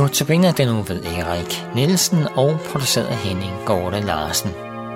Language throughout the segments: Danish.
Notabene den nu ved Erik Nielsen og produceret af Henning Gorte Larsen.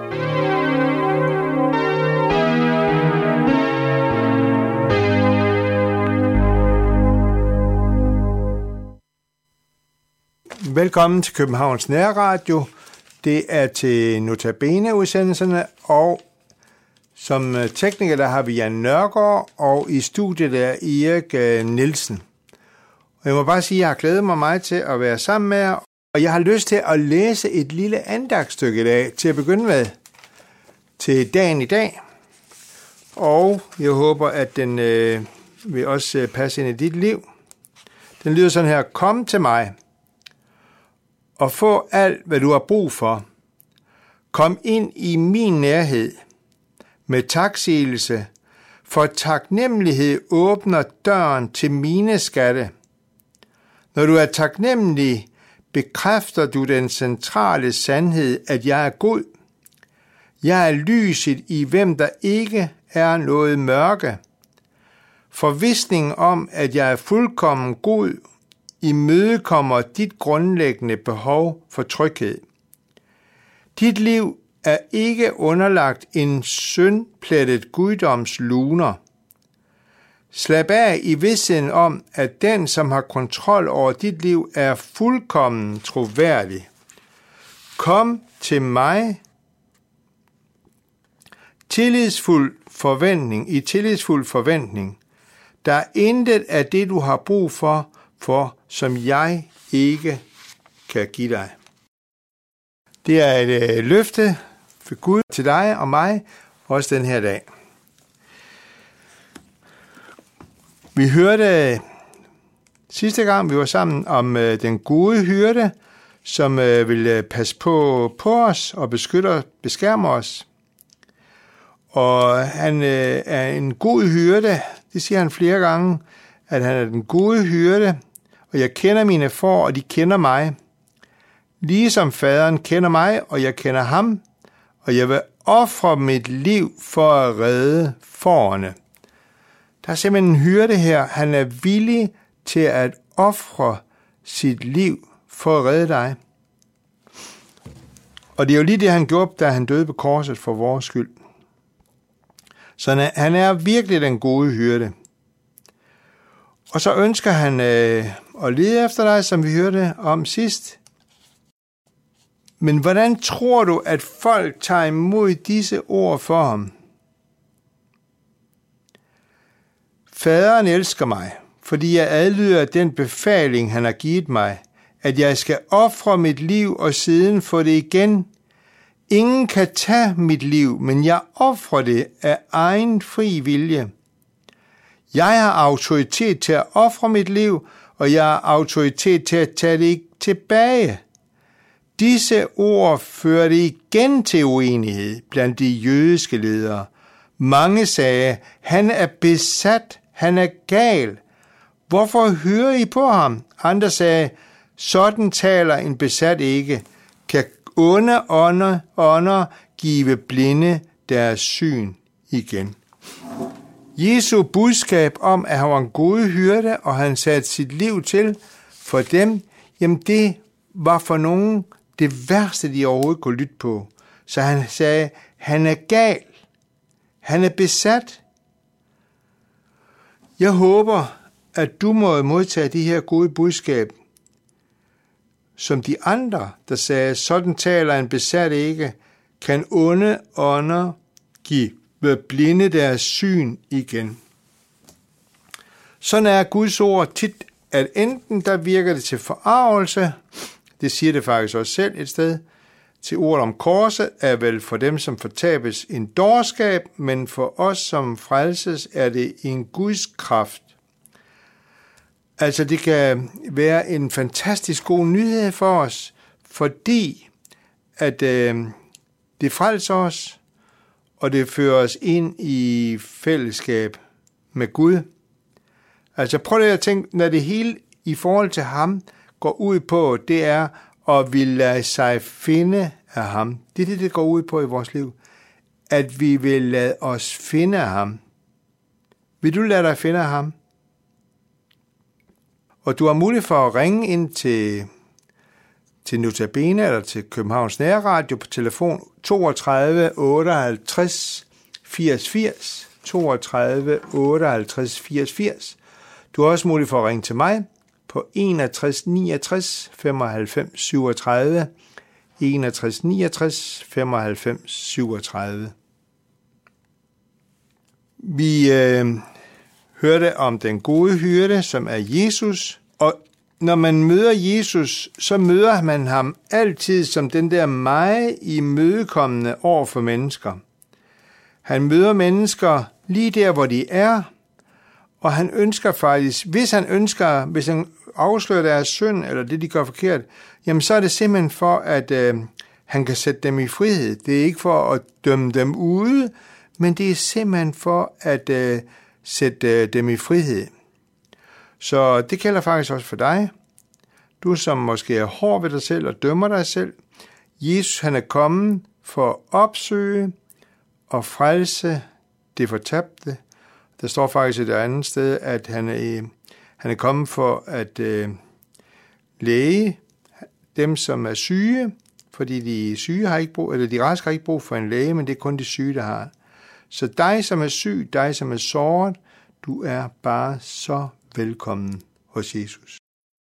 Velkommen til Københavns Nærradio. Det er til Notabene-udsendelserne, og som tekniker der har vi Jan Nørgaard, og i studiet der er Erik Nielsen. Og jeg må bare sige, at jeg har glædet mig meget til at være sammen med jer, og jeg har lyst til at læse et lille andagtstykke i dag til at begynde med til dagen i dag. Og jeg håber, at den vil også passe ind i dit liv. Den lyder sådan her: Kom til mig og få alt, hvad du har brug for. Kom ind i min nærhed med taksigelse, for taknemmelighed åbner døren til mine skatte. Når du er taknemmelig, bekræfter du den centrale sandhed, at jeg er god. Jeg er lyset i hvem der ikke er noget mørke. Forvisningen om, at jeg er fuldkommen god, imødekommer dit grundlæggende behov for tryghed. Dit liv er ikke underlagt en syndplettet guddomsluner. Slap af i vidstheden om, at den, som har kontrol over dit liv, er fuldkommen troværdig. Kom til mig. Tillidsfuld forventning. Der er intet af det, du har brug for, som jeg ikke kan give dig. Det er et løfte for Gud til dig og mig, også den her dag. Vi hørte sidste gang, vi var sammen, om den gode hyrde, som vil passe på os og beskærme os. Og han er en god hyrde, det siger han flere gange, at han er den gode hyrde, og jeg kender mine får, og de kender mig. Ligesom faderen kender mig, og jeg kender ham, og jeg vil ofre mit liv for at redde fårene. Der er simpelthen en hyrde her. Han er villig til at ofre sit liv for at redde dig. Og det er jo lige det, han gjorde, da han døde på korset for vores skyld. Så han er virkelig den gode hyrde. Og så ønsker han at lede efter dig, som vi hørte om sidst. Men hvordan tror du, at folk tager imod disse ord for ham? Faderen elsker mig, fordi jeg adlyder den befaling, han har givet mig, at jeg skal ofre mit liv og siden få det igen. Ingen kan tage mit liv, men jeg ofrer det af egen fri vilje. Jeg har autoritet til at ofre mit liv, og jeg har autoritet til at tage det tilbage. Disse ord førte igen til uenighed blandt de jødiske ledere. Mange sagde, han er besat, han er gal. Hvorfor hører I på ham? Andre sagde, sådan taler en besat ikke. Kan onde ånder give blinde deres syn igen. Jesu budskab om, at han var en god hyrde, og han satte sit liv til for dem, jamen det var for nogen det værste, de overhovedet kunne lytte på. Så han sagde, han er gal. Han er besat. Jeg håber, at du må modtage de her gode budskab, som de andre, der sagde, sådan taler en besat ikke, kan onde ånder give blinde deres syn igen. Sådan er Guds ord tit, at enten der virker det til forargelse, det siger det faktisk også selv et sted, til ordet om korset er vel for dem, som fortabes, en dårskab, men for os, som frelses, er det en Guds kraft. Altså det kan være en fantastisk god nyhed for os, fordi at det frelser os, og det fører os ind i fællesskab med Gud. Altså prøv lige at tænke, når det hele i forhold til ham går ud på, det er at vi lader sig finde af ham. Det er det går ud på i vores liv. At vi vil lade os finde af ham. Vil du lade dig finde af ham? Og du har mulighed for at ringe ind til til Notabene eller til Københavns Nærradio på telefon 32 58 80 80, 32 58 80 80. Du har også mulighed for at ringe til mig på 61 69 95 37, 61 69 95 37. Vi hørte om den gode hyrde, som er Jesus, og når man møder Jesus, så møder man ham altid som den der meget imødekommende over for mennesker. Han møder mennesker lige der, hvor de er, og han ønsker faktisk, hvis han afslører deres synd, eller det, de gør forkert, jamen så er det simpelthen for, at han kan sætte dem i frihed. Det er ikke for at dømme dem ude, men det er simpelthen for at sætte dem i frihed. Så det gælder faktisk også for dig. Du, som måske er hård ved dig selv og dømmer dig selv. Jesus, han er kommet for at opsøge og frelse det fortabte. Der står faktisk et andet sted, at han er kommet for at læge dem, som er syge, fordi de syge har ikke brug, eller de raske har ikke brug for en læge, men det er kun de syge, der har. Så dig, som er syg, dig, som er såret, du er bare så velkommen hos Jesus.